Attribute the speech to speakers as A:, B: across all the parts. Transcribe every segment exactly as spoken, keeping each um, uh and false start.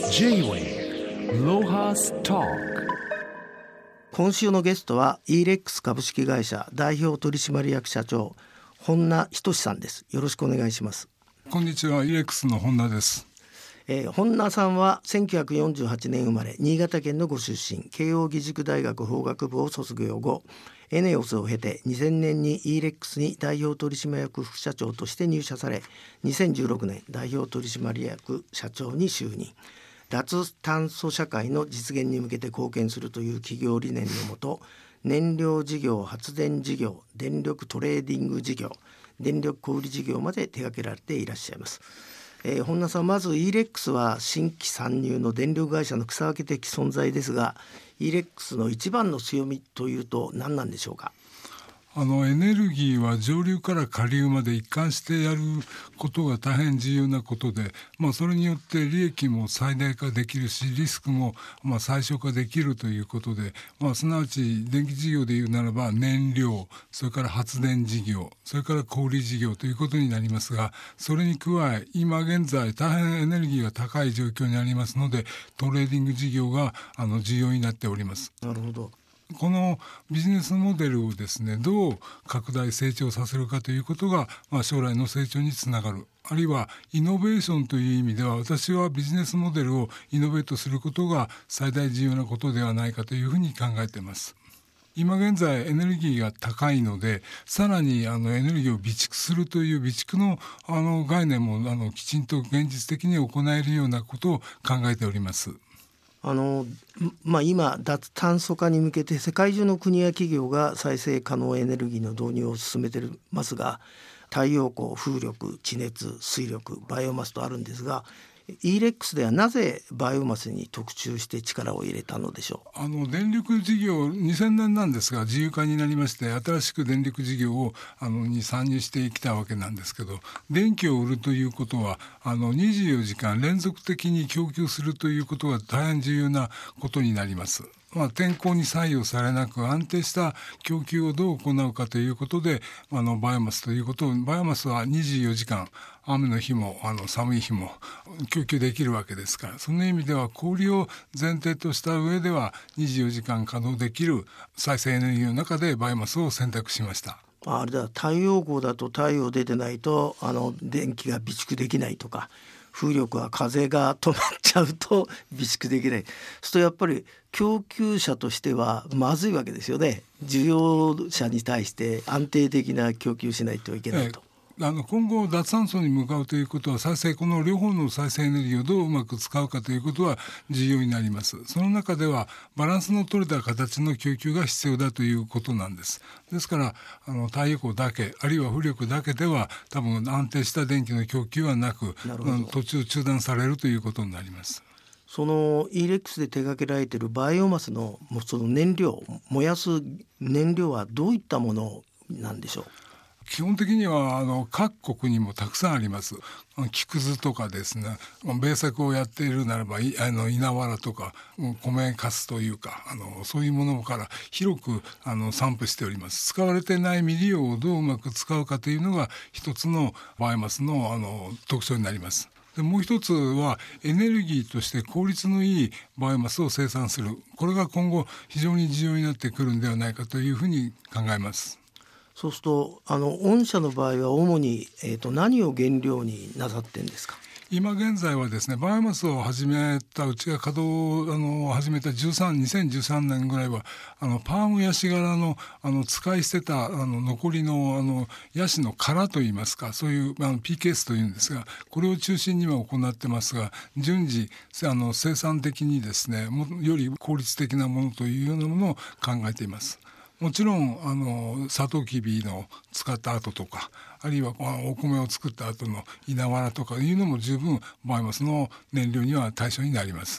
A: J-Wave ロハストーク。
B: 今週のゲストは イーレックス 株式会社代表取締役社長本名仁さんです。よろしくお願いします。
C: こんにちは、 イーレックス の本名です。
B: えー、本名さんはせんきゅうひゃくよんじゅうはちねん生まれ、新潟県のご出身。慶應義塾大学法学部を卒業後、エネオスを経てにせんねんに イーレックス に代表取締役副社長として入社され、にせんじゅうろくねん代表取締役社長に就任。脱炭素社会の実現に向けて貢献するという企業理念のもと、燃料事業、発電事業、電力トレーディング事業、電力小売事業まで手掛けられていらっしゃいます。えー、本名さん、まず イーレックス は新規参入の電力会社の草分け的存在ですが、 イーレックス の一番の強みというと何なんでしょうか。
C: あのエネルギーは上流から下流まで一貫してやることが大変重要なことで、まあ、それによって利益も最大化できるし、リスクもまあ最小化できるということで、まあ、すなわち電気事業でいうならば燃料、それから発電事業、それから小売事業ということになりますが、それに加え今現在大変エネルギーが高い状況にありますので、トレーディング事業があの重要になっております。
B: なるほど。
C: このビジネスモデルをですね、どう拡大成長させるかということが、まあ、将来の成長につながる。あるいはイノベーションという意味では、私はビジネスモデルをイノベートすることが最大重要なことではないかというふうに考えています。今現在エネルギーが高いので、さらにあのエネルギーを備蓄するという備蓄のあの概念もあのきちんと現実的に行えるようなことを考えております。
B: あのまあ、今脱炭素化に向けて世界中の国や企業が再生可能エネルギーの導入を進めていますが、太陽光、風力、地熱、水力、バイオマスとあるんですが、 イーレックス ではなぜバイオマスに特注して力を入れたのでしょう。
C: あの電力事業にせんねんなんですが自由化になりまして、新しく電力事業をあのに参入してきたわけなんですけど、電気を売るということはあのにじゅうよじかん連続的に供給するということが大変重要なことになります。まあ、天候に左右されなく安定した供給をどう行うかということで、あのバイオマスということを、バイオマスはにじゅうよじかん雨の日もあの寒い日も供給できるわけですから、その意味では小売りを前提とした上ではにじゅうよじかん稼働できる再生エネルギーの中でバイオマスを選択しました。
B: あれだ、太陽光だと太陽出てないとあの電気が備蓄できないとか、風力は風が止まっちゃうと備蓄できない。そうするとやっぱり供給者としてはまずいわけですよね。需要者に対して安定的な供給しないといけないと。
C: ええあの今後脱炭素に向かうということは、再生この両方の再生エネルギーをどううまく使うかということは重要になります。その中ではバランスの取れた形の供給が必要だということなんです。ですからあの太陽光だけ、あるいは風力だけでは多分安定した電気の供給はなく、途中中断されるということになります。
B: その イーレックス で手掛けられているバイオマスのその燃料、燃やす燃料はどういったものなんでしょう。
C: 基本的にはあの各国にもたくさんあります。木くずとかですね、米作をやっているならばあの稲わらとか米かすというか、あのそういうものから広くあの散布しております。使われてない未利用をどううまく使うかというのが一つのバイオマスの、あの特徴になります。でもう一つはエネルギーとして効率のいいバイオマスを生産する。これが今後非常に重要になってくるんではないかというふうに考えます。
B: そうするとあの御社の場合は主に、えーと、何を原料になさってんですか。
C: 今現在はですね、バイオマスを始めた、うちが稼働あの始めたじゅうさん、にせんじゅうさんねんぐらいはあのパームヤシ殻のあの使い捨てたあの残りのあのヤシの殻といいますか、そういうあの ピーケーエス というんですが、これを中心には行ってますが、順次あの生産的にですね、もより効率的なものというようなものを考えています。もちろんあのサトウキビの使った後とか、あるいはお米を作った後の稲わらとかいうのも十分バイオマスの燃料には対象になります。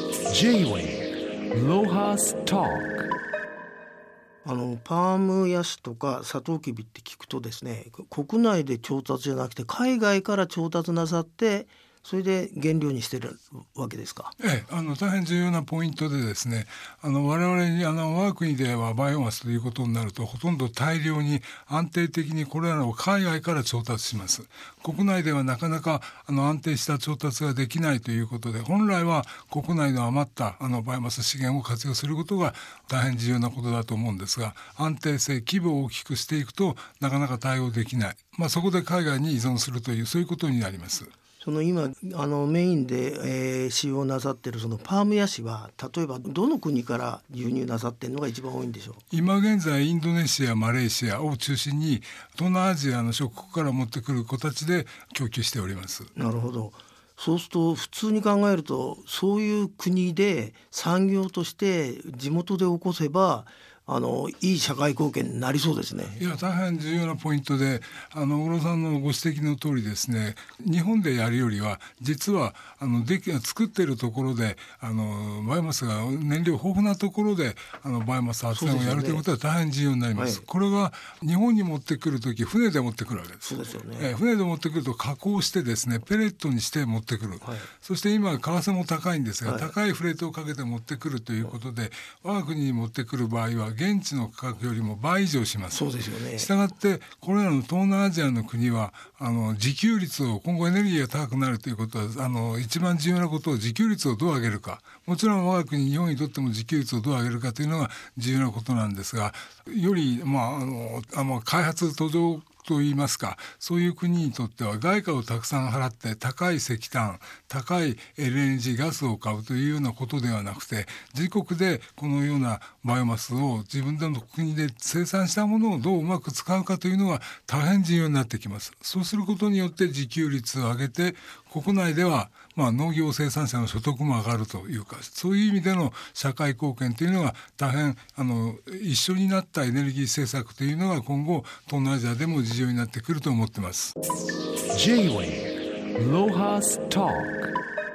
A: J-Wave ロハストーク。
B: あのパームヤシとかサトウキビって聞くとですね、国内で調達じゃなくて海外から調達なさってそれで原料にしてるわけですか。
C: ええ、あの大変重要なポイントでですね、あの我々にあの我が国ではバイオマスということになるとほとんど大量に安定的にこれらを海外から調達します。国内ではなかなかあの安定した調達ができないということで、本来は国内の余ったあのバイオマス資源を活用することが大変重要なことだと思うんですが、安定性規模を大きくしていくとなかなか対応できない、まあ、そこで海外に依存するというそういうことになります。
B: その今あのメインで、えー、使用なさっているそのパームヤシは例えばどの国から輸入なさっているのが一番多いんでしょう。
C: 今現在インドネシア、マレーシアを中心に東南アジアの諸国から持ってくる形で供給しております。
B: なるほど。そうすると普通に考えるとそういう国で産業として地元で起こせばあのいい社会貢献になりそうですね。
C: いや大変重要なポイントで、あの小野さんのご指摘の通りですね、日本でやるよりは実はあのでき作っているところであのバイオマスが燃料豊富なところであのバイオマス発電をやるということは大変重要になります。
B: はい、
C: これが日本に持ってくるとき船で持ってくるわけです。
B: そうですよね。
C: え船で持ってくると加工してですねペレットにして持ってくる、はい、そして今為替も高いんですが、はい、高いフレートをかけて持ってくるということで、我が国に持ってくる場合は現地の価格よりも倍以上します。
B: そうですよね。
C: したがってこれらの東南アジアの国はあの自給率を今後エネルギーが高くなるということはあの一番重要なことを自給率をどう上げるか、もちろん我が国日本にとっても自給率をどう上げるかというのが重要なことなんですが、より、まあ、あのあの開発途上といいますか、そういう国にとっては外貨をたくさん払って高い石炭、高い エルエヌジー ガスを買うというようなことではなくて、自国でこのようなバイオマスを自分の国で生産したものをどううまく使うかというのが大変重要になってきます。そうすることによって自給率を上げて国内ではまあ農業生産者の所得も上がるというか、そういう意味での社会貢献というのが大変あの一緒になったエネルギー政策というのが今後東南アジアでも重要になってくると思っています。
A: J-Way ロハストーク。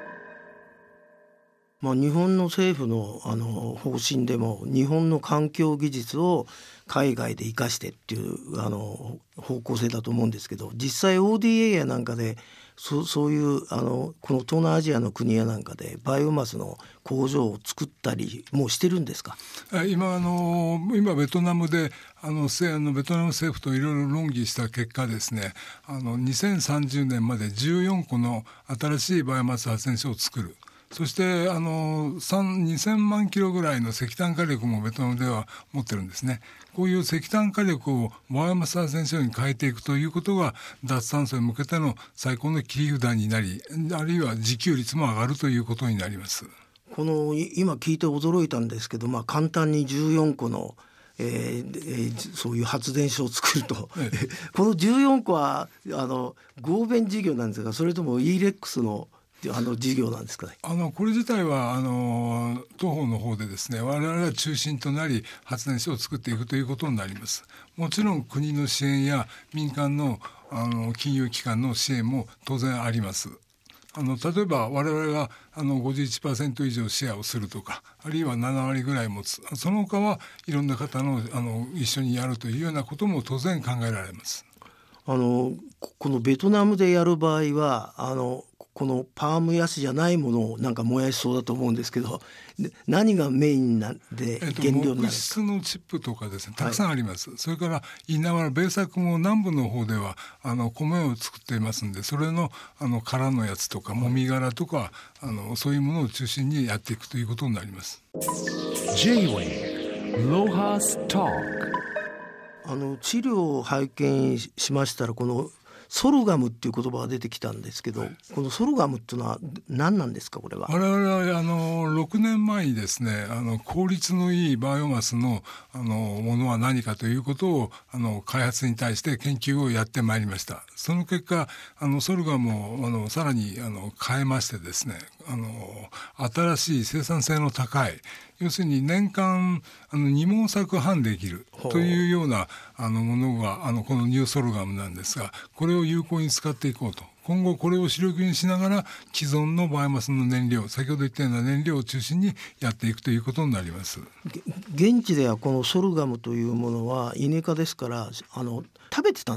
B: まあ、日本の政府のあの方針でも日本の環境技術を海外で生かしてっていうあの方向性だと思うんですけど、実際 オーディーエー やなんかでそ, そういうあのこの東南アジアの国やなんかでバイオマスの工場を作ったりもうしてるんですか。
C: 今あの今ベトナムであのあのベトナム政府といろいろ論議した結果ですね、あのにせんさんじゅうねんまでじゅうよんこの新しいバイオマス発電所を作る。そしてあのにせんまんキロぐらいの石炭火力もベトナムでは持ってるんですね。こういう石炭火力をバイオマス発電所に変えていくということが脱炭素に向けての最高の切り札になり、あるいは自給率も上がるということになります。
B: この今聞いて驚いたんですけど、まあ、簡単にじゅうよんこのえーえー、そういう発電所を作ると、ええ、このじゅうよんこはあの合弁事業なんですが、それとも イーレックス のあの事業なんですかね。
C: あのこれ自体はあの東方の方でですね、我々が中心となり発電所を作っていくということになります。もちろん国の支援や民間の、あの金融機関の支援も当然あります。あの例えば我々があの ごじゅういちパーセント 以上シェアをするとか、あるいはななわりぐらい持つ、その他はいろんな方の、あの一緒にやるというようなことも当然考えられます。
B: あのこのベトナムでやる場合はあのこのパームヤシじゃないものをなんか燃やしそうだと思うんですけど、何がメインなんで原料になるんですか。
C: 木質のチップとかですね、たくさんあります、はい、それから稲わら、米作も南部の方ではあの米を作っていますんで、それのあの殻のやつとかもみ殻とか、あのそういうものを中心にやっていくということになります。
A: J-Way ロハストーク。
B: あの資料を拝見しましたら、このソルガムっていう言葉が出てきたんですけど、はい、このソルガムっていうのは何なんですか。これは
C: 我々はあのろくねんまえにですね、あの効率のいいバイオマスのあのものは何かということをあの開発に対して研究をやってまいりました。その結果あのソルガムをあのさらにあの変えましてですね、あの新しい生産性の高い、要するに年間あのに毛作半できるというようなあのものがあのこのニューソルガムなんですが、これを有効に使っていこうと。今後これを主力にしながら既存のバイオマスの燃料、先ほど言ったような燃料を中心にやっていくということになります。
B: 現地ではこのソルガムというものはイネ科ですから、あの食べてたんですか。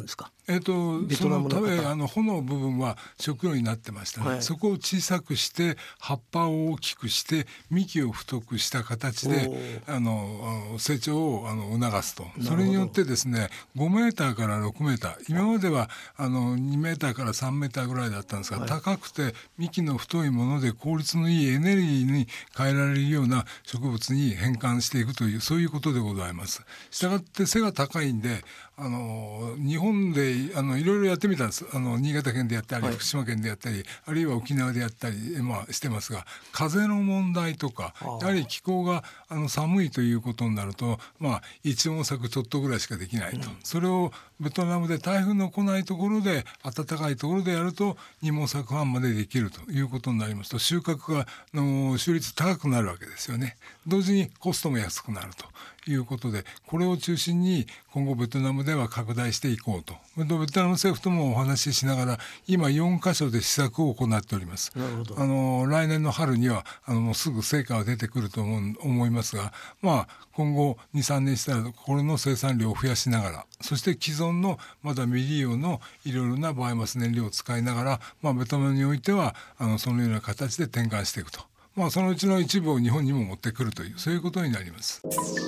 C: えー、と
B: ベトナムの方
C: その食べあの穂の部分は食料になってましたね、はい、そこを小さくして葉っぱを大きくして幹を太くした形であの成長をあの促すと。それによってですねごメーターからろくメーター、今まではあのにメーターからさんメーターぐらいだったんですが、はい、高くて幹の太いもので効率のいいエネルギーに変えられるような植物に変換していくという、そういうことでございます。したがって背が高いんで、あの日本であのいろいろやってみたんです。あの新潟県でやったり、はい、福島県でやったり、あるいは沖縄でやったり、まあ、してますが、風の問題とかやはり気候があの寒いということになると、まあ、一毛作ちょっとぐらいしかできないと、うん、それをベトナムで台風の来ないところで暖かいところでやるとに毛作半までできるということになりますと、収穫がの収率高くなるわけですよね。同時にコストも安くなるということで、これを中心に今後ベトナムでは拡大していこうと、ベトナム政府ともお話ししながら今よんカ所で施策を行っております。
B: なるほど。
C: あの来年の春にはあのもうすぐ成果は出てくると思う思いますが、まあ、今後 にさんねんしたらこれの生産量を増やしながら、そして既存のまだ未利用のいろいろなバイオマス燃料を使いながら、まあ、ベトナムにおいてはあのそのような形で転換していくと、まあ、そのうちの一部を日本にも持ってくるという、そういうことになります。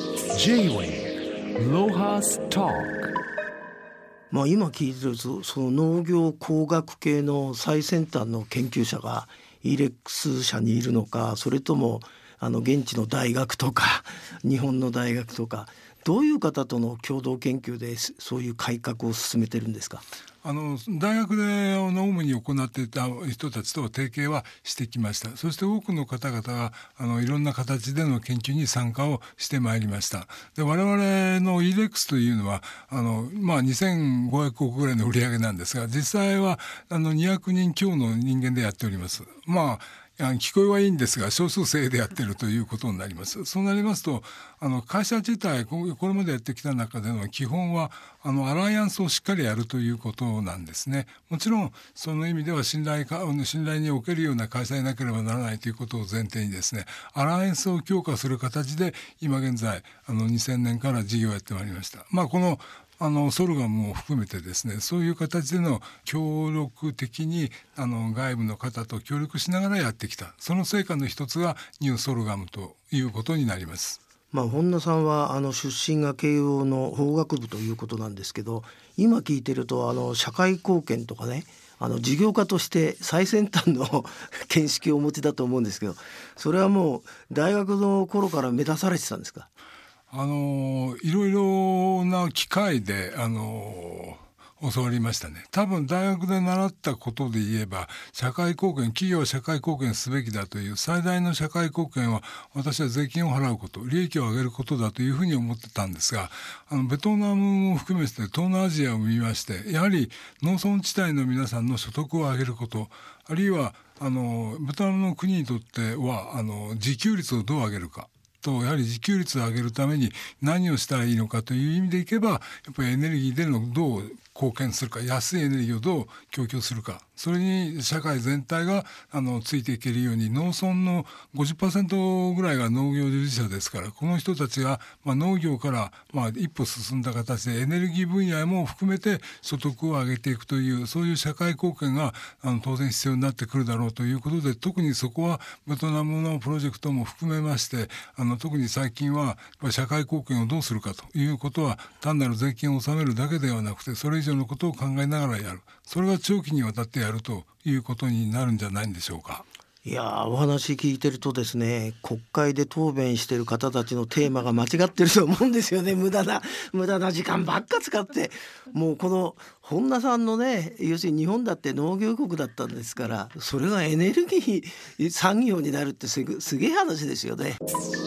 A: J-Way ロハストーク。
B: まあ、今聞いてるとその農業工学系の最先端の研究者がイーレックス社にいるのか、それともあの現地の大学とか日本の大学とか、どういう方との共同研究でそういう改革を進めてるんですか？
C: あの大学で主に行っていた人たちと提携はしてきました。そして多くの方々があのいろんな形での研究に参加をしてまいりました。で、我々の イーレックス というのはあの、まあ、にせんごひゃくおくぐらいの売り上げなんですが、実際はあのにひゃくにん強の人間でやっております。まあ聞こえはいいんですが少数精鋭でやっているということになります。そうなりますとあの会社自体これまでやってきた中での基本はあのアライアンスをしっかりやるということなんですね。もちろんその意味では信頼か信頼におけるような会社でなければならないということを前提にですね、アライアンスを強化する形で今現在あのにせんねんから事業をやってまいりました。まあこのあのソルガムも含めてですね、そういう形での協力的にあの外部の方と協力しながらやってきた、その成果の一つがニューソルガムということになります。
B: まあ、本田さんはあの出身が慶応の法学部ということなんですけど、今聞いてるとあの社会貢献とかね、あの事業家として最先端の見識をお持ちだと思うんですけど、それはもう大学の頃から目指されてたんですか？
C: あのいろいろな機会であの教わりましたね。多分大学で習ったことで言えば社会貢献、企業は社会貢献すべきだという最大の社会貢献は私は税金を払うこと、利益を上げることだというふうに思ってたんですが、あのベトナムも含めて東南アジアを見まして、やはり農村地帯の皆さんの所得を上げること、あるいはあのベトナムの国にとってはあの自給率をどう上げるかと、やはり自給率を上げるために何をしたらいいのかという意味でいけば、やっぱりエネルギーでのどう貢献するか、安いエネルギーをどう供給するか、それに社会全体があのついていけるように、農村の ごじゅっパーセント ぐらいが農業従事者ですから、この人たちが、まあ、農業から、まあ、一歩進んだ形でエネルギー分野も含めて所得を上げていくという、そういう社会貢献があの当然必要になってくるだろうということで、特にそこはベトナムのプロジェクトも含めまして、あの特に最近はやっぱり社会貢献をどうするかということは単なる税金を納めるだけではなくて、それ以上のことを考えながらやる、それが長期にわたってやるということになるんじゃないんでしょうか。
B: いやお話聞いてるとですね、国会で答弁してる方たちのテーマが間違ってると思うんですよね。無駄な無駄な時間ばっか使って、もうこの本田さんのね、要するに日本だって農業国だったんですから、それがエネルギー産業になるってすぐすげえ話ですよね。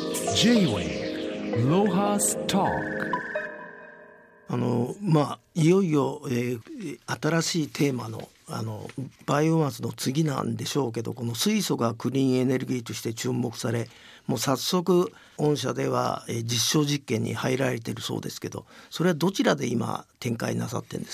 A: J-Way ロハストーク。
B: あのまあいよいよ、えー、新しいテーマのあのバイオマスの次なんでしょうけど、この水素がクリーンエネルギーとして注目され、もう早速御社では、えー、実証実験に入られているそうですけど、それはどちらで今展開なさってんですか？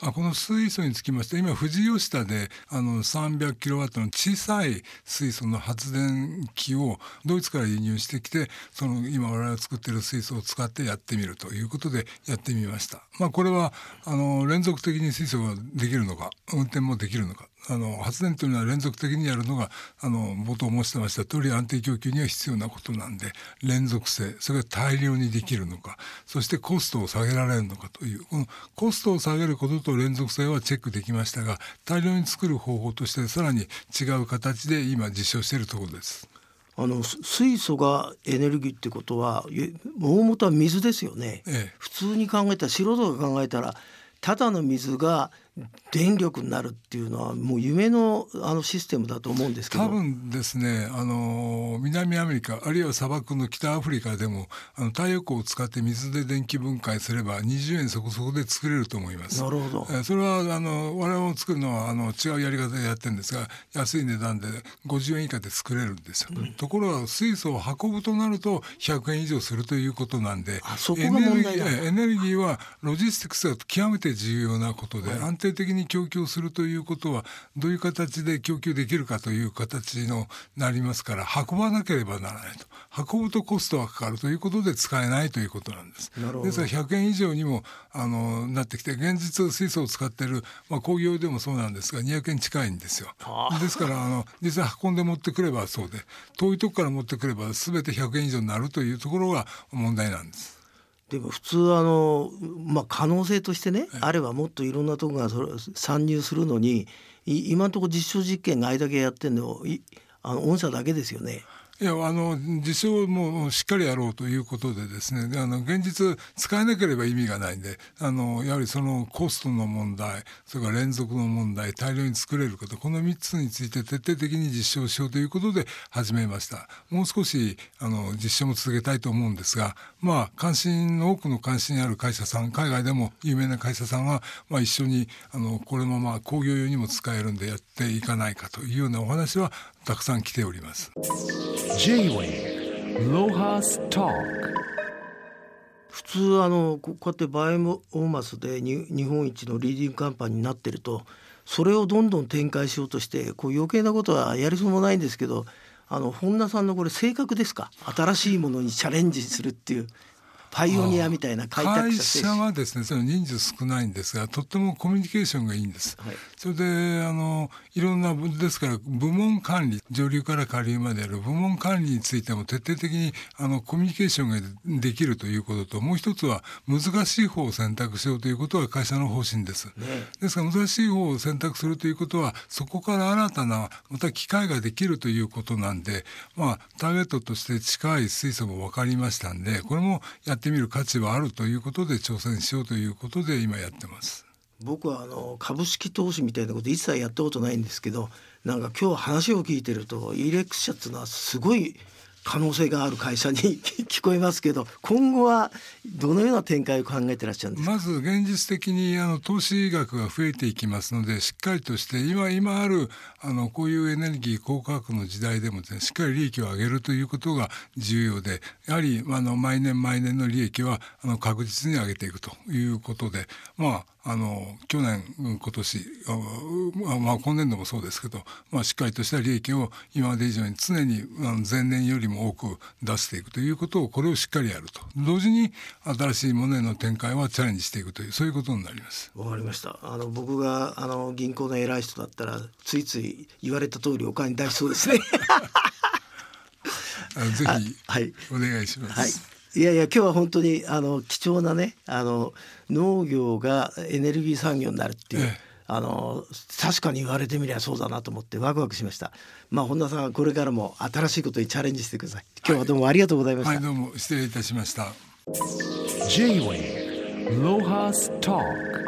C: あこの水素につきまして今富士吉田であのさんびゃくキロワットの小さい水素の発電機をドイツから輸入してきて、その今我々が作っている水素を使ってやってみるということでやってみました。まあ、これはあの連続的に水素ができるのか運転もできるのか、あの発電というのは連続的にやるのがあの冒頭申してました通り安定供給には必要なことなんで、連続性、それが大量にできるのか、そしてコストを下げられるのかという、このコストを下げることと連続性はチェックできましたが、大量に作る方法としてさらに違う形で今実証しているところです。
B: あの水素がエネルギーってことは大元は水ですよね、
C: ええ、
B: 普通に考えたら素人が考えたらただの水が電力になるっていうのはもう夢のあのシステムだと思うんですけど、
C: 多分ですね、あの南アメリカあるいは砂漠の北アフリカでもあの太陽光を使って水で電気分解すればにじゅうえんそこそこで作れると思います。
B: なるほど。
C: えそれはあの我々も作るのはあの違うやり方でやってるんですが、安い値段でごじゅうえん以下で作れるんですよ、うん、ところが水素を運ぶとなるとひゃくえん以上するということなんで、
B: あそこが問題だ。
C: エネルギー、エネルギーはロジスティクスが極めて重要なことで、はい、安定的に供給するということはどういう形で供給できるかという形のなりますから、運ばなければならないと、運ぶとコストがかかるということで使えないということなんです。ですからひゃくえん以上にもあのなってきて、現実水素を使っている、まあ、工業でもそうなんですがにひゃくえん近いんですよ。ですからあの実際運んで持ってくればそうで、遠いとこから持ってくれば全てひゃくえん以上になるというところが問題なんです。
B: でも普通あの、まあ、可能性としてね、あればもっといろんなところがそれ参入するのに、今のところ実証実験があれだけやってるのあの御社だけですよね。
C: いやあの実証もしっかりやろうということでですね、であの現実使えなければ意味がないんで、あのやはりそのコストの問題、それから連続の問題、大量に作れること、このみっつについて徹底的に実証しようということで始めました。もう少しあの実証も続けたいと思うんですが、まあ関心の多くの関心ある会社さん、海外でも有名な会社さんは、まあ、一緒にあのこれもまあ工業用にも使えるんでやっていかないかというようなお話はたくさん来ております。
A: J-Wave ロハストーク。
B: 普通あのこうやってバイオマスでに日本一のリーディングカンパニーになってると、それをどんどん展開しようとしてこう余計なことはやりそうもないんですけど、あの本田さんのこれ性格ですか、新しいものにチャレンジするっていうパイオニアみたいな開拓者
C: 会社はですね、その人数少ないんですが、とってもコミュニケーションがいいんです、はい、それであのいろんなですから部門管理、上流から下流まである部門管理についても徹底的にあのコミュニケーションができるということと、もう一つは難しい方を選択しようということが会社の方針です、ね、ですから難しい方を選択するということはそこから新たなまた機会ができるということなんで、まあターゲットとして近い水素も分かりましたんで、これもやってみる価値はあるということで挑戦しようということで今やってます。
B: 僕はあの株式投資みたいなこと一切やったことないんですけど、なんか今日話を聞いてるとイーレックス社っていうのはすごい可能性がある会社に聞こえますけど、今後はどのような展開を考えてらっしゃるんですか。
C: まず現実的にあの投資額が増えていきますので、しっかりとして今今あるあのこういうエネルギー高価格の時代でもですね、しっかり利益を上げるということが重要で、やはりあの毎年毎年の利益はあの確実に上げていくということで、まああの去年今年あ、まあ、今年度もそうですけど、まあ、しっかりとした利益を今まで以上に常にあの前年よりも多く出していくということを、これをしっかりやると同時に新しいものへの展開はチャレンジしていくという、そういうことになります。
B: わかりました。あの僕があの銀行の偉い人だったらついつい言われた通りお金出しそうですね
C: ぜひお願いします。
B: はい、いやいや今日は本当にあの貴重なね、あの農業がエネルギー産業になるっていう、ええ、あの確かに言われてみりゃそうだなと思ってワクワクしました。まあ本田さんはこれからも新しいことにチャレンジしてください。今日はどうもありがとうございました。
C: はい、はい、どうも失礼いたしました。
A: J-Wave ロハストーク。